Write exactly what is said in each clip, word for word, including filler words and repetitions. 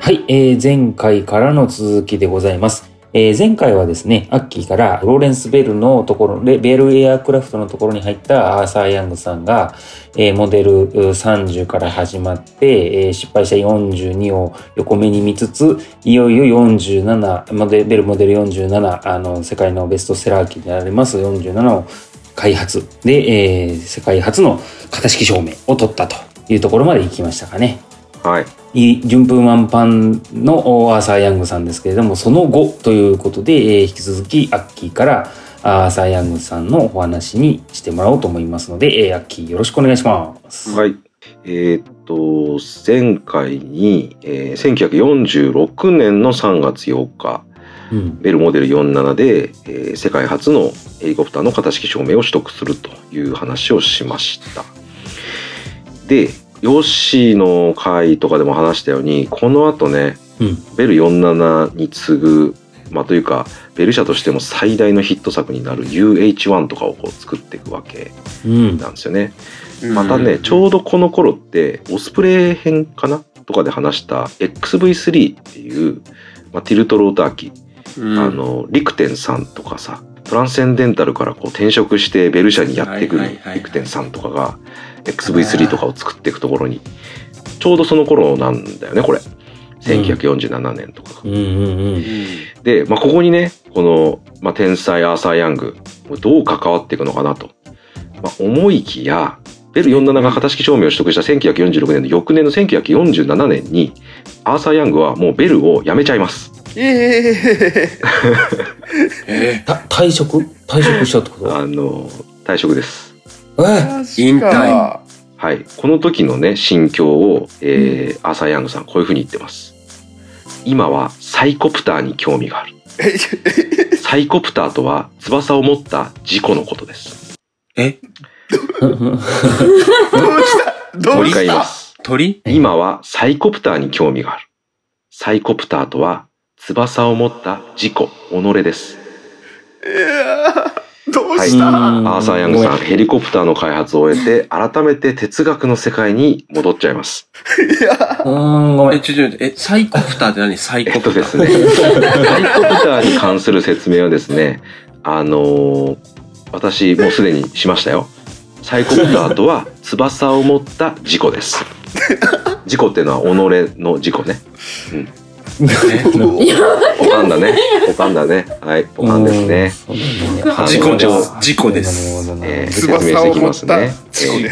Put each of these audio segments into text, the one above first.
はい、えー、前回からの続きでございます。えー、前回はですね、アッキーからローレンス・ベルのところで、ベルエアクラフトのところに入ったアーサー・ヤングさんが、えー、モデルさんじゅうから始まって、えー、失敗したよんじゅうにを横目に見つつ、いよいよよんじゅうなな、モデベルモデルよんじゅうなな、あの、世界のベストセラー機でありますよんじゅうななを開発で、えー、世界初の型式証明を取ったというところまで行きましたかね。 はい。 順風満帆のアーサー・ヤングさんですけれども、その後ということで、えー、引き続きアッキーからアーサー・ヤングさんのお話にしてもらおうと思いますので、えー、アッキーよろしくお願いします。 はい。えー、っと、前回に、えー、せんきゅうひゃくよんじゅうろくねんのさんがつようか、うん、ベルモデルよんじゅうななで、えー、世界初のヘリコプターの型式証明を取得するという話をしました。で、ヨッシーの回とかでも話したように、この後ね、うん、ベルよんじゅうななに次ぐ、まあというか、ベル社としても最大のヒット作になる ユーエイチワン とかをこう作っていくわけなんですよね。うん、またね、ちょうどこの頃って、オスプレイ編かなとかで話した エックスブイスリー っていう、まあ、ティルトローター機、うん、あの、リクテンさんとかさ、トランセンデンタルからこう転職してベル社にやってくるリクテンさんとかが エックスブイスリー とかを作っていくところにちょうどその頃なんだよねこれせんきゅうひゃくよんじゅうななねんとか、うんうんうん、で、まあ、ここにねこの、まあ、天才アーサー・ヤングどう関わっていくのかなと、まあ、思いきやベルよんじゅうななが型式証明を取得したせんきゅうひゃくよんじゅうろくねんの翌年のせんきゅうひゃくよんじゅうななねんにアーサー・ヤングはもうベルを辞めちゃいます。 えー、 えー、退職退職したってこと？ あの退職です。 えー、 引退。 はい、この時のね心境を、えー、アーサー・ヤングさんこういうふうに言ってます。今はサイコプターに興味がある。サイコプターとは翼を持った事故のことです。 え？どうした？どうした？ もう一回言います。 鳥？ 今はサイコプターに興味がある。サイコプターとは翼を持った自己、己です。 いやどうした、 はい、アーサー・ヤングさん、ヘリコプターの開発を終えて、改めて哲学の世界に戻っちゃいます。 いやうーん、ごめん。 え、ちょちょ、え、サイコプターって何？サイコプター。 えっとですね、サイコプターに関する説明はですね、あのー、私もうすでにしましたよ。サイコプターとは翼を持った自己です。自己っていうのは己の自己ね。うん。ポカンだね。ポカンだね。はい、ポカンですね。 自己です。自己です。 えー、説明していきますね。 自己です。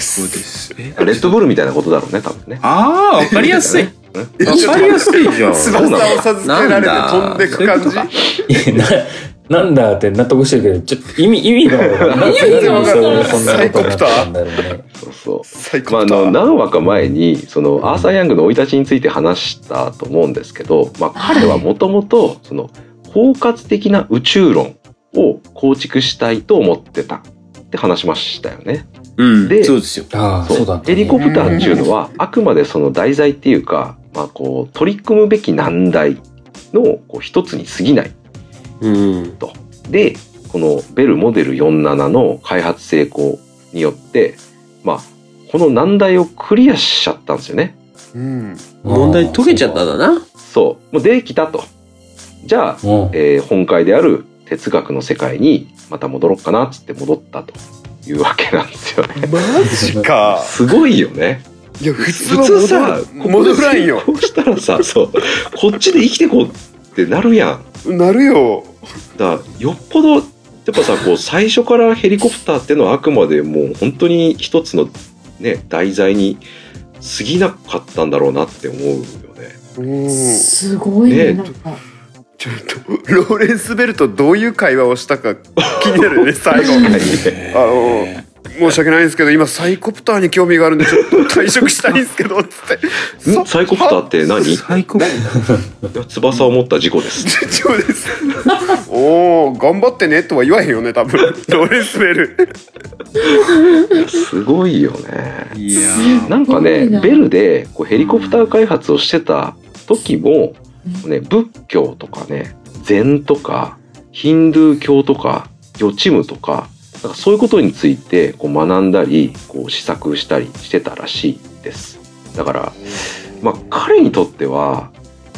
レッドブルみたいなことだろうね、多分ね。 ああ、わかりやすい。わかりやすいじゃん。 翼を授けられて飛んでく感じ。 なんだって納得してるけど、ちょっと意味、意味が分からない。意味が分からない。そんなことになったんだろうね。 そうそう。まあ、あの、何話か前に、その、アーサー・ヤングの生い立ちについて話したと思うんですけど、まあ、彼はもともと、その、包括的な宇宙論を構築したいと思ってたって話しましたよね。 うん。で、そうですよ。 ああ、そうだ。 ヘリコプターっていうのは、あくまでその題材っていうか、まあ、こう、取り組むべき難題のこう一つに過ぎない。 うんとでこのベルモデルよんじゅうななの開発成功によってまあこの難題をクリアしちゃったんですよね。 うん、問題解けちゃったんだな。 そうもうできたと。じゃあ、えー、本会である哲学の世界にまた戻ろうかなっつって戻ったというわけなんですよね。 マジか。 すごいよね。 いや普通は戻さ戻らんよ。 こうしたらさそうこっちで生きてこうってなるやん。 なるよ。 だよっぽどやっぱさこう最初からヘリコプターっていうのはあくまでもう本当に一つのね題材に過ぎなかったんだろうなって思うよね。 うんすごいね。なんかちょっとローレンス・ベルとどういう会話をしたか気になるね最後。あの申し訳ないんですけど今サイコプターに興味があるんでちょっと退職したいんですけどつってサイコプターって何？ サイコプター翼を持った事故です。 事故ですおー頑張ってねとは言わへんよね多分ローレンス・ベルすごいよね。 いやなんかねベルでこうヘリコプター開発をしてた時も、ね、仏教とかね禅とかヒンドゥー教とか予知夢とかなんかそういうことについてこう学んだりこう試作したりしてたらしいです。だから、まあ、彼にとっては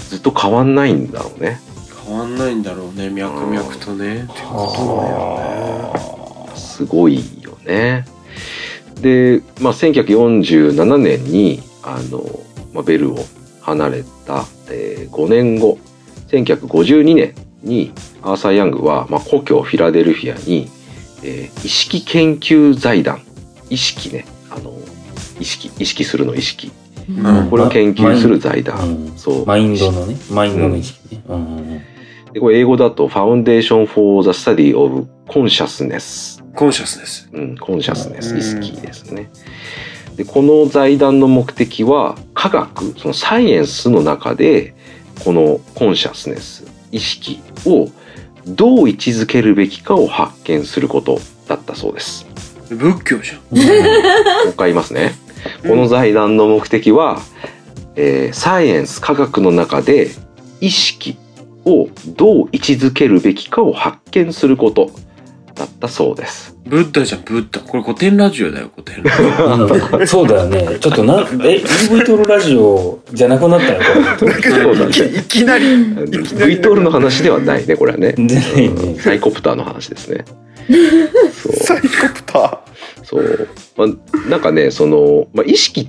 ずっと変わんないんだろうね。 変わんないんだろうね、脈々とね。ってことなんやね。 すごいよね。で、まあ、せんきゅうひゃくよんじゅうななねんにあの、まあ、ベルを離れた、えー、ごねんごせんきゅうひゃくごじゅうにねんにアーサー・ヤングは、まあ、故郷フィラデルフィアに、えー、意識研究財団、意識ね、あの意識意識するの意識、うん、これを研究する財団、うん、そうマインドのね、マインドの意識ね、うんうんうん、 でこれ英語だと Foundation for the Study of Consciousness、 コンシャスネス、 うん、コンシャスネス、意識ですね。でこの財団の目的は科学、そのサイエンスの中でこのコンシャスネス、意識をどう位置づけるべきかを発見することだったそうです。 仏教じゃん。 もう一回言いますね。この財団の目的は、えー、サイエンス科学の中で意識をどう位置づけるべきかを発見することだったそうです。 ブッダじゃん、ブッダ。これ古典ラジオだよ、古典ラジオ。 そうだよね。ちょっとな、え、イーブイ トールラジオじゃなくなったよ、これ。 そうだね。 いきなり。 ブイ トールの話ではないね、これはね。ねサイコプターの話ですね。 そうサイコプター。 そう。まあ、なんかね、その、まあ、意識って、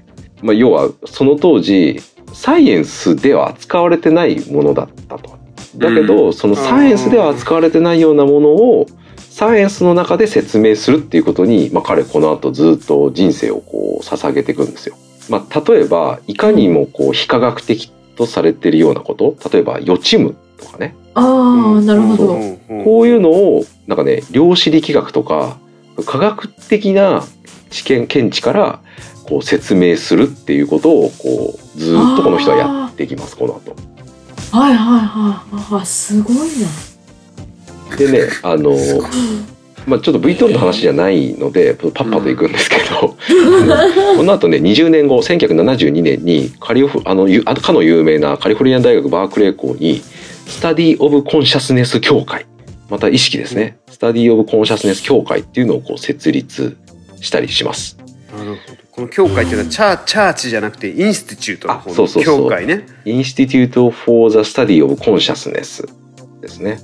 まあ、要はその当時、サイエンスでは扱われてないものだったと。だけど、うん、そのサイエンスでは扱われてないようなものをサイエンスの中で説明するっていうことに、まあ、彼この後ずっと人生をこう捧げていくんですよ。まあ、例えばいかにもこう非科学的とされているようなこと、例えば予知夢とかね。 ああ、なるほど。 こういうのをなんかね、量子力学とか科学的な知見見地からこう説明するっていうことをこうずっとこの人はやっていきます、この後。 はいはいはいはい、すごいな。 でね、あのまあちょっと ブイ トールの話じゃないのでパッパといくんですけど、うん、この後ねにじゅうねんごせんきゅうひゃくななじゅうにねんにカリフあのあかの有名なカリフォルニア大学バークレー校にスタディ・オブ・コンシャスネス協会、また意識ですね、スタディ・オブ・コンシャスネス協会っていうのをこう設立したりします。 なるほど。この協会っていうのはチャー、チャーチじゃなくてインスティチュートの方の協会ね。 インスティテュート・フォー・ザ・スタディ・オブ・コンシャスネスですね。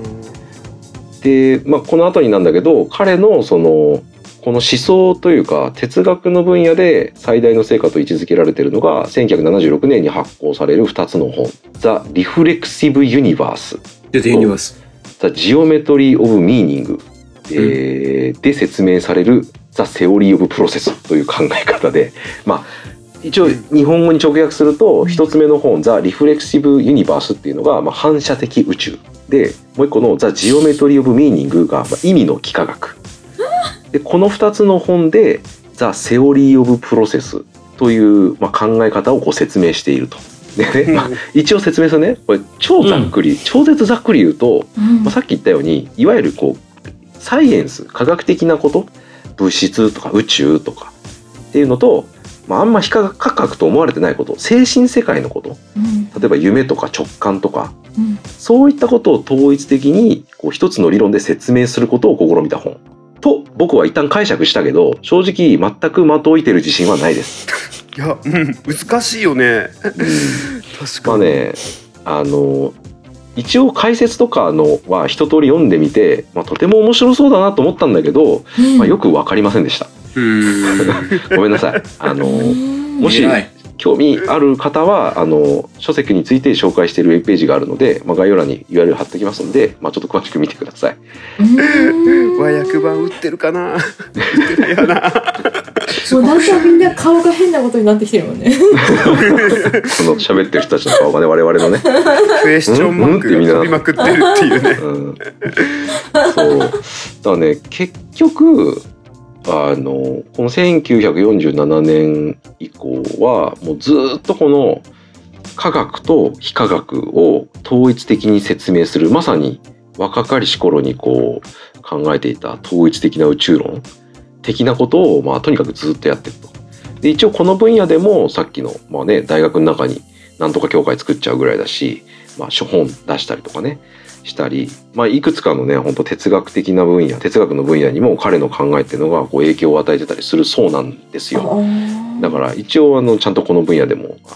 で、まあ、この後になんだけど、彼のそのこの思想というか哲学の分野で最大の成果と位置づけられているのがせんきゅうひゃくななじゅうろくねんに発行されるふたつの本、ザ・リフレクシブ・ユニバース、 出てユニバース、 ザ・ジオメトリー・オブ・ミーニング、えー、で説明されるザ・セオリー・オブ・プロセスという考え方で、まあ一応日本語に直訳すると一つ目の本ザ・リフレクシブ・ユニバースっていうのがまあ反射的宇宙で、もう一個のザ・ジオメトリー・オブ・ミーニングがまあ意味の幾何学で、このふたつの本でザ・セオリー・オブ・プロセスというまあ考え方をこう説明していると。でね、まあ、一応説明するね、これ超ざっくり、うん、超絶ざっくり言うと、うんまあ、さっき言ったようにいわゆるこうサイエンス科学的なこと、物質とか宇宙とかっていうのと、まあ、あんま非科学と思われてないこと、精神世界のこと、うん、例えば夢とか直感とか、うん、そういったことを統一的にこう一つの理論で説明することを試みた本と僕は一旦解釈したけど、正直全く的を射てる自信はないです。 いや、うん、難しいよね、うん、確かに。 まあね、あの一応解説とかのは一通り読んでみて、まあ、とても面白そうだなと思ったんだけど、まあ、よく分かりませんでした。ごめんなさい。あのもし興味ある方はあの書籍について紹介しているウェブページがあるので、まあ、概要欄に ユーアールエル 貼っておきますので、まあ、ちょっと詳しく見てください。 和訳版売ってるかな。売ってないよな。 もうなんかみんな顔が変なことになってきてるもんね。この喋ってる人たちの顔がね、我々のねクエスチョンマークが飛びまくってるっていうね、うん、 そうだからね、結局あのこのせんきゅうひゃくよんじゅうななねん以降はもうずっとこの科学と非科学を統一的に説明する、まさに若かりし頃にこう考えていた統一的な宇宙論的なことを、まあ、とにかくずっとやってると。で一応この分野でもさっきの、まあね、大学の中になんとか協会作っちゃうぐらいだし、まあ、書本出したりとかねしたり、まあ、いくつかのね本当哲学的な分野、哲学の分野にも彼の考えっていうのがこう影響を与えてたりするそうなんですよ。だから一応あのちゃんとこの分野でもあの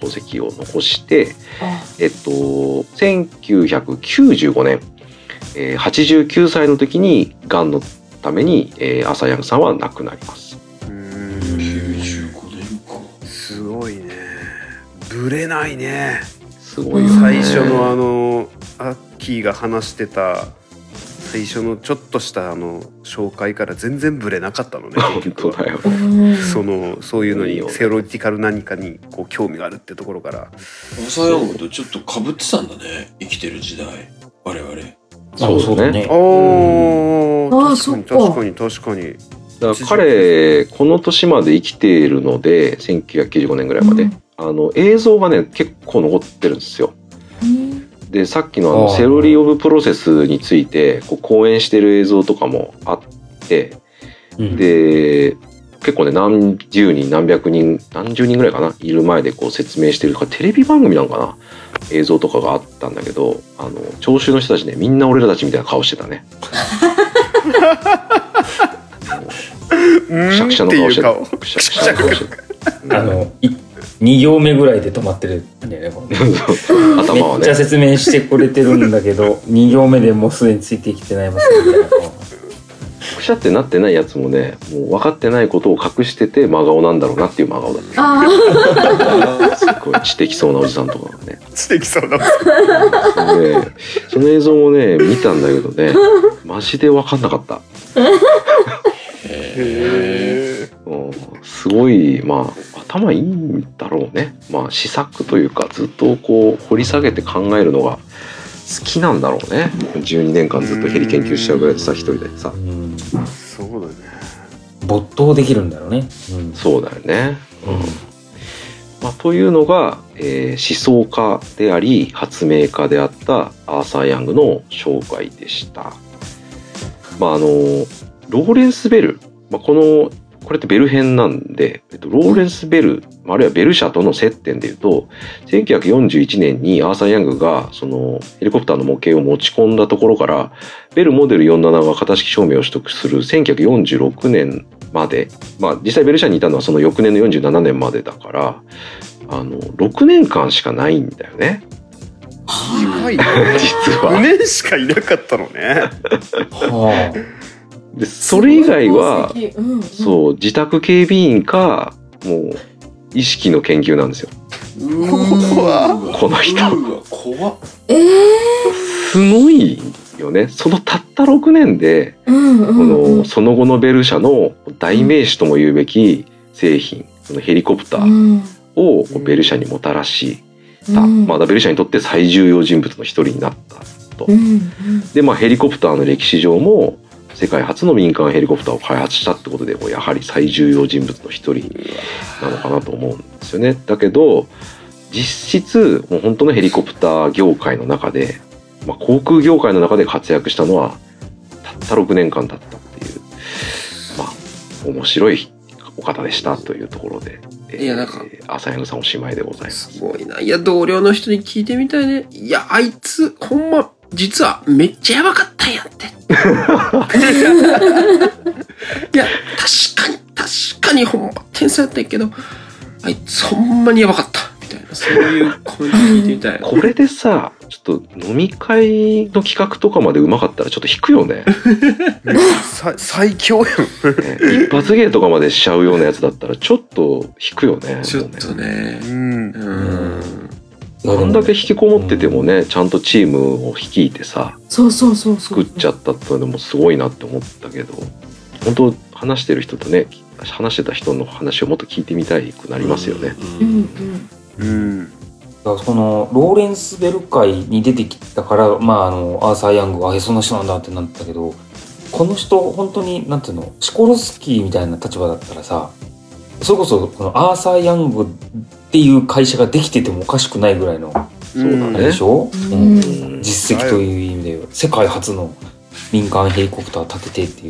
功績を残して、えっと、せんきゅうひゃくきゅうじゅうごねん、えー、はちじゅうきゅうさいの時にがんのために、えー、アーサー・ヤングさんは亡くなります。 うーんきゅうじゅうごねんか。すごいね。ぶれないね。 すごいよね。 最初のあのアッキーが話してた最初のちょっとしたあの紹介から全然ブレなかったのね。 本当だよ。 そのそういうのにセオリティカル何かにこう興味があるってところから。 アーサー・ヤングとちょっと被ってたんだね。生きてる時代我々。 そうだね。 ああ、確かに確かに確かに。 だから彼この年まで生きているのでせんきゅうひゃくきゅうじゅうごねんぐらいまで、うん、あの映像がね結構残ってるんですよ。でさっきのあのセロリ・オブ・プロセスについてこう講演してる映像とかもあって、うん、で結構ね何十人何百人何十人ぐらいかないる前でこう説明してるテレビ番組なんかな映像とかがあったんだけど、あの聴衆の人たちねみんな俺らたちみたいな顔してたね。くしゃくしゃの顔してた。くしゃくしゃの顔してた。 あのに行目ぐらいで止まってるんだよね。これ頭はね。 めっちゃ説明してくれてるんだけどに行目でもうすでについてきてないますみたいな。 くしゃってなってないやつもね、もう分かってないことを隠してて真顔なんだろうなっていう真顔だった。あすごい知的そうなおじさんとかがね。 知的そうなおじさん。 で、その映像もね見たんだけどね、マジで分かんなかった。へー。すごいまあ頭いいんだろうね。まあ思索というかずっとこう掘り下げて考えるのが好きなんだろうね。じゅうにねんかんずっとヘリ研究しちゃうぐらいでさ一人でさ。 うんそうだね。 没頭できるんだろうね。 うん、そうだよね。うんまあ、というのが、えー、思想家であり発明家であったアーサー・ヤングの生涯でした。まああのローレンス・ベル、まあ、このこれってベル編なんで、えっと、ローレンス・ベル、あるいはベル社との接点でいうと、せんきゅうひゃくよんじゅういちねんにアーサー・ヤングがそのヘリコプターの模型を持ち込んだところから、ベルモデルよんじゅうななが型式証明を取得するせんきゅうひゃくよんじゅうろくねんまで、まあ実際ベル社にいたのはその翌年のよんじゅうななねんまでだから、あの、ろくねんかんしかないんだよね。 短いね。 実は。 ろくねんしかいなかったのね。 はあでそれ以外は、うんうん、そう自宅警備員かもう意識の研究なんですよ。 うわこの人怖っ。 えー、 すごいよね。そのたったろくねんで、うんうんうん、このその後のベル社の代名詞とも言うべき製品、そのヘリコプターをベル社にもたらした、うん、まだベル社にとって最重要人物の一人になったと、うんうん、でまあヘリコプターの歴史上も世界初の民間ヘリコプターを開発したってことでもやはり最重要人物の一人なのかなと思うんですよね。だけど実質もう本当のヘリコプター業界の中で、まあ、航空業界の中で活躍したのはたったろくねんかんだったっていう、まあ面白いお方でしたというところで、 いやなんかアーサー・ヤングさんおしまいでございます。 すごいな。いや同僚の人に聞いてみたいね。いやあいつほんま実はめっちゃやばかったんやって。いや確かに確かにほんま天才やったんやけどあいつほんまにやばかったみたいな、そういうコメント聞いてみたい。 これでさちょっと飲み会の企画とかまでうまかったらちょっと引くよね。 最強やん、 ね、一発芸とかまでしちゃうようなやつだったらちょっと引くよね。 ちょっとね。うん。うんあんだけ引きこもっててもね、うん、ちゃんとチームを率いてさ、 そうそうそうそう、 作っちゃったってのもすごいなって思ったけど、本当話してる人とね、話してた人の話をもっと聞いてみたいくなりますよね。 うんうん。 うん。 だからそのローレンスベル会に出てきたから、まああのアーサー・ヤングがあそんな人なんだってなったけど、この人本当になんていうの、シコロスキーみたいな立場だったらさ、それこそこのアーサー・ヤングっていう会社ができててもおかしくないぐらいの、 そうだね。 でしょ、 うん、 実績という意味で世界初の民間ヘリコプター建ててっていう。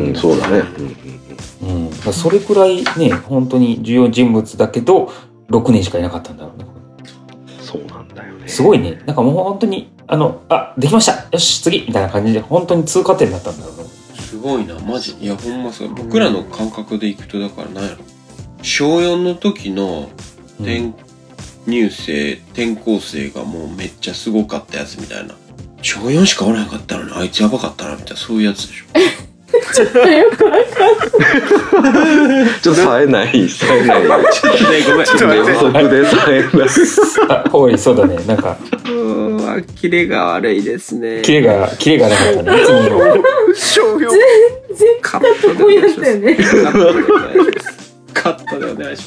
うん、そうだね。 うん、だからそれくらいね、本当に重要人物だけどろくねんしかいなかったんだろうね。 そうなんだよね。 すごいね。なんかもう本当にあのあできましたよし次みたいな感じで本当に通過点になったんだろうね。 すごいなマジ。いやほんまそう。僕らの感覚でいくとだからなんやろ。小よんの時の電入生転校生がもうめっちゃすごかったやつみたいな。小よんしかおらなかったのにあいつやばかったなみたいな、そういうやつでしょ。 ちょっとよくわかんない。 ちょっと冴えない冴えないちょっとねごめん。 ちょっと寝不足で冴えないあ、おい、そうだね。なんか、 うーん、キレが悪いですね。 キレが、キレがなかったね。いつもの。 商標全然カットこうやったよね。 カットでお願いします。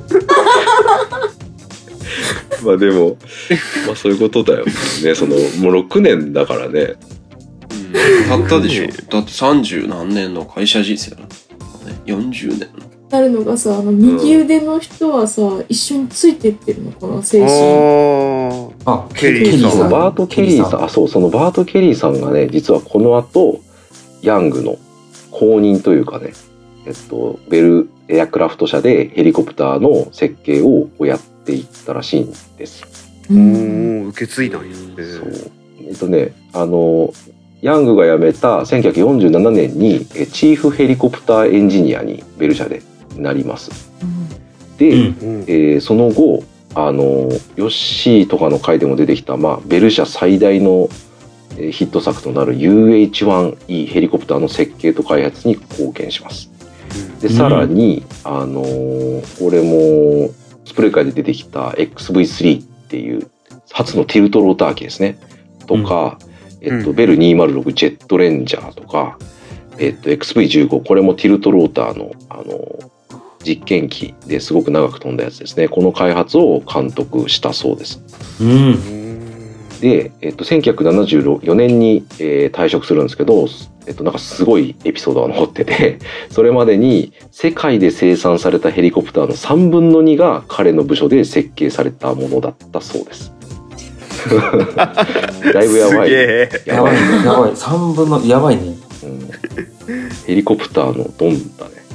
まあでもまあそういうことだよね。そのもうろくねんだからね。 たったでしょ。だってさんじゅう何年の会社人生だね。よんじゅうねん。 なるのがさ、あの右腕の人はさ、一緒についてってるのかな、精神。 ああ、 ケリーさんバート・ケリーさん、あ、そう、そのバート・ケリーさんがね、実はこの後ヤングの後任というかね、えっとベルエアクラフト社でヘリコプターの設計をやっていったらしいんです。 うーん。 ん受け継いだんや。 そうえっとねあのヤングが辞めたせんきゅうひゃくよんじゅうななねんにえチーフヘリコプターエンジニアにベル社でなります。で、 うん。 うんえーその後あのヨッシーとかの回でも出てきた、まあ、ベル社最大のえーヒット作となる ユーエイチワンイー ヘリコプターの設計と開発に貢献します。でさらに、あのーこれもスプレー界で出てきた エックスブイスリー っていう初のティルトローター機ですねとか、えっと、 うんベルにひゃくろくジェットレンジャーとか、えっと、エックスブイじゅうご これもティルトローターの、あのー実験機ですごく長く飛んだやつですね。この開発を監督したそうです。 うん。 で、えっと、せんきゅうひゃくななじゅうよねんに、えー退職するんですけど、えっと、なんかすごいエピソードが残ってて、それまでに世界で生産されたヘリコプターのさんぶんのにが彼の部署で設計されたものだったそうです。だいぶやばい。 すげえ。 やばい、やばい。さんぶんの、やばいね。 うん、ヘリコプターのドンだね。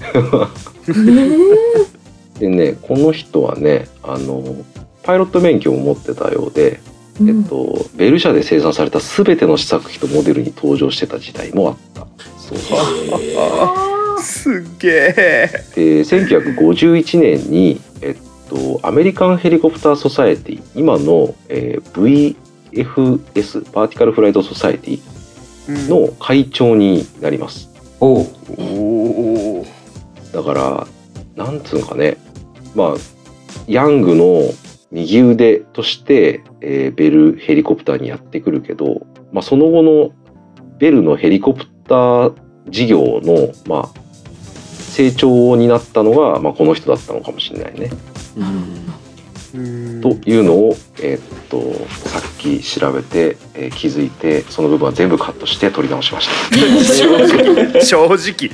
でね、この人はね、あの、パイロット免許を持ってたようで、えっと、ベル社で生産された全ての試作機とモデルに登場してた時代もあったそうです。 すげえ。 でせんきゅうひゃくごじゅういちねんに、えっと、アメリカンヘリコプターソサエティ今の、えー、ブイエフエス バーティカルフライトソサエティの会長になります。 おう。 おお。 だからなんつうのかね、まあヤングの右腕として、えー、ベルヘリコプターにやってくるけど、まあ、その後のベルのヘリコプター事業の、まあ、成長を担ったのが、まあ、この人だったのかもしれないね。 うんというのを、えーっとさっき調べて、えー気づいてその部分は全部カットして撮り直しました。 正直。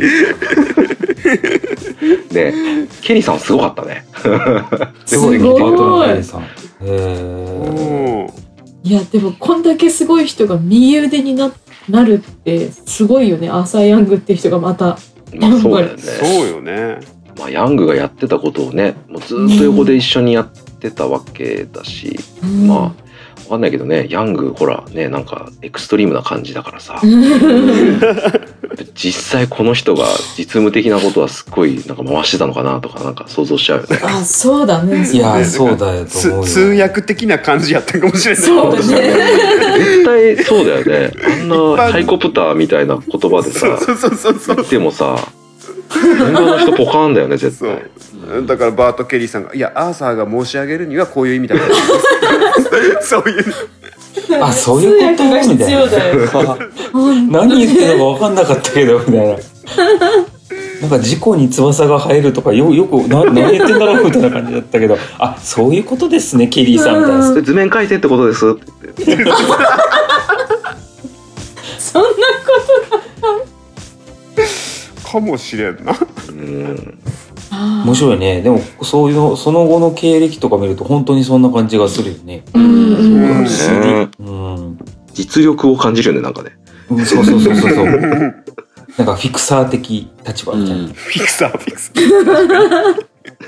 でケリーさんはすごかったね。 すごい。 すごいバートのケリーさん。へー。 おーいやでもこんだけすごい人が右腕に な, なるってすごいよね。アーサー・ヤングって人がまた。 まあそうだよね。 そうよね。 まあ、ヤングがやってたことをねもうずっと横で一緒にやってたわけだし、 うんまあわかんないけどね、ヤングほらねなんかエクストリームな感じだからさ、実際この人が実務的なことはすっごいなんか回してたのかなとかなんか想像しちゃうよね。 あ、そうだね。 いや、そうだよと思うよ。 つ通訳的な感じやったかもしれない。 そうだね。 絶対そうだよね。あんなハイコプターみたいな言葉でさそうそうそうそう言ってもさ現場の人ポカーンだよね絶そ対。 う。だからバート・ケリーさんが「いやアーサーが申し上げるにはこういう意味だから」そういうあ、そういうこと通訳が必要だよ。 何言ってるのか分かんなかったけどみたいな。なんか事故に翼が生えるとかよよくな何言ってんだろうみたいな感じだったけど、あ、そういうことですねケリーさんみたいな。 それ図面描いてってことですって言って。 そんなかもしれんな。 うん面白いね。でもそういうその後の経歴とか見ると本当にそんな感じがするよね。 うんうんうん。 そうだね。 うん。 実力を感じるよねなんかね。 うん、そうそうそうそうそう。なんかフィクサー的立場みたいな。 フィクサーフィクサー。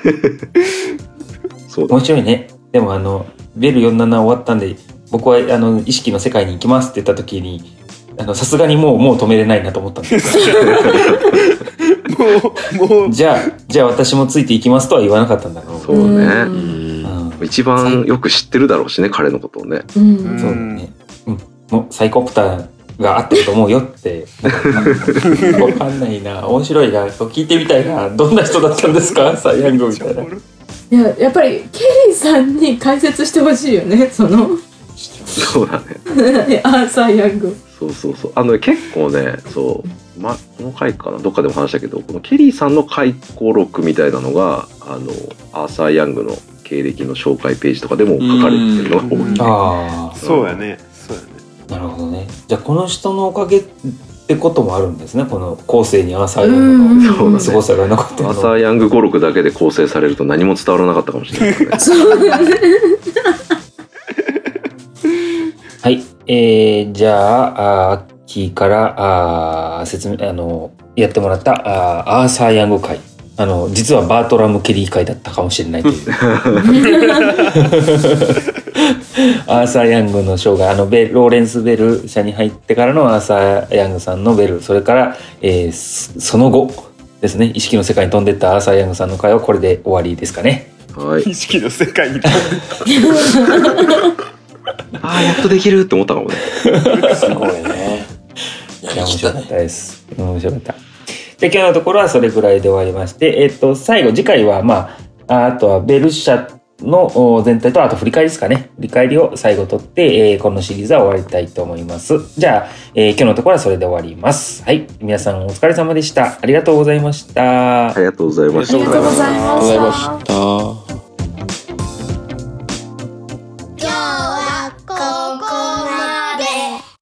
そうだ。 面白いね。でもあのベルよんじゅうなな終わったんで僕はあの意識の世界に行きますって言った時にあのさすがにもうもう止めれないなと思ったんですもうもうじゃあじゃあ私もついていきますとは言わなかったんだろう。 そうね。 うん。 一番よく知ってるだろうしね、彼のことをね。 うん、 そうだね、うん、もうサイコプターがあってると思うよってわかんないな、面白いな、聞いてみたいな、どんな人だったんですかサイヤングみたいな。いややっぱりケリーさんに解説してほしいよね、そのそうだねアーサー・ヤング。 そうそうそう、あの結構ね、そうまこの回かな、どっかでも話したけど、このケリーさんの回顧録みたいなのがあのアーサー・ヤングの経歴の紹介ページとかでも書かれてるのが多い。 ああ、 そうやね、そうやね。 なるほどね。じゃあこの人のおかげってこともあるんですね、この後世にアーサー・ヤングの凄さが残ってるの。 アーサー・ヤング語録だけで構成されると何も伝わらなかったかもしれないですね。 そうだねはい、えー、じゃあアッキーからあ説明あのやってもらったあアーサー・ヤング会、あの実はバートラム・ケリー会だったかもしれないというアーサー・ヤングの生涯、あのベローレンス・ベル社に入ってからのアーサー・ヤングさんのベル、それから、えー、その後ですね、意識の世界に飛んでったアーサー・ヤングさんの会はこれで終わりですかね。 はい。 意識の世界に飛んでったああ、やっとできるって思ったかもね。 すごいね。 いや、面白かったです。面白かった。じゃあ今日のところはそれぐらいで終わりまして、えっと、最後、次回は、まあ、あとはベル社の全体と、あと振り返りですかね。振り返りを最後取って、えー、このシリーズは終わりたいと思います。じゃあ、えー、今日のところはそれで終わります。はい。皆さんお疲れ様でした。ありがとうございました。 ありがとうございました。 ありがとうございました。 ありがとうございました。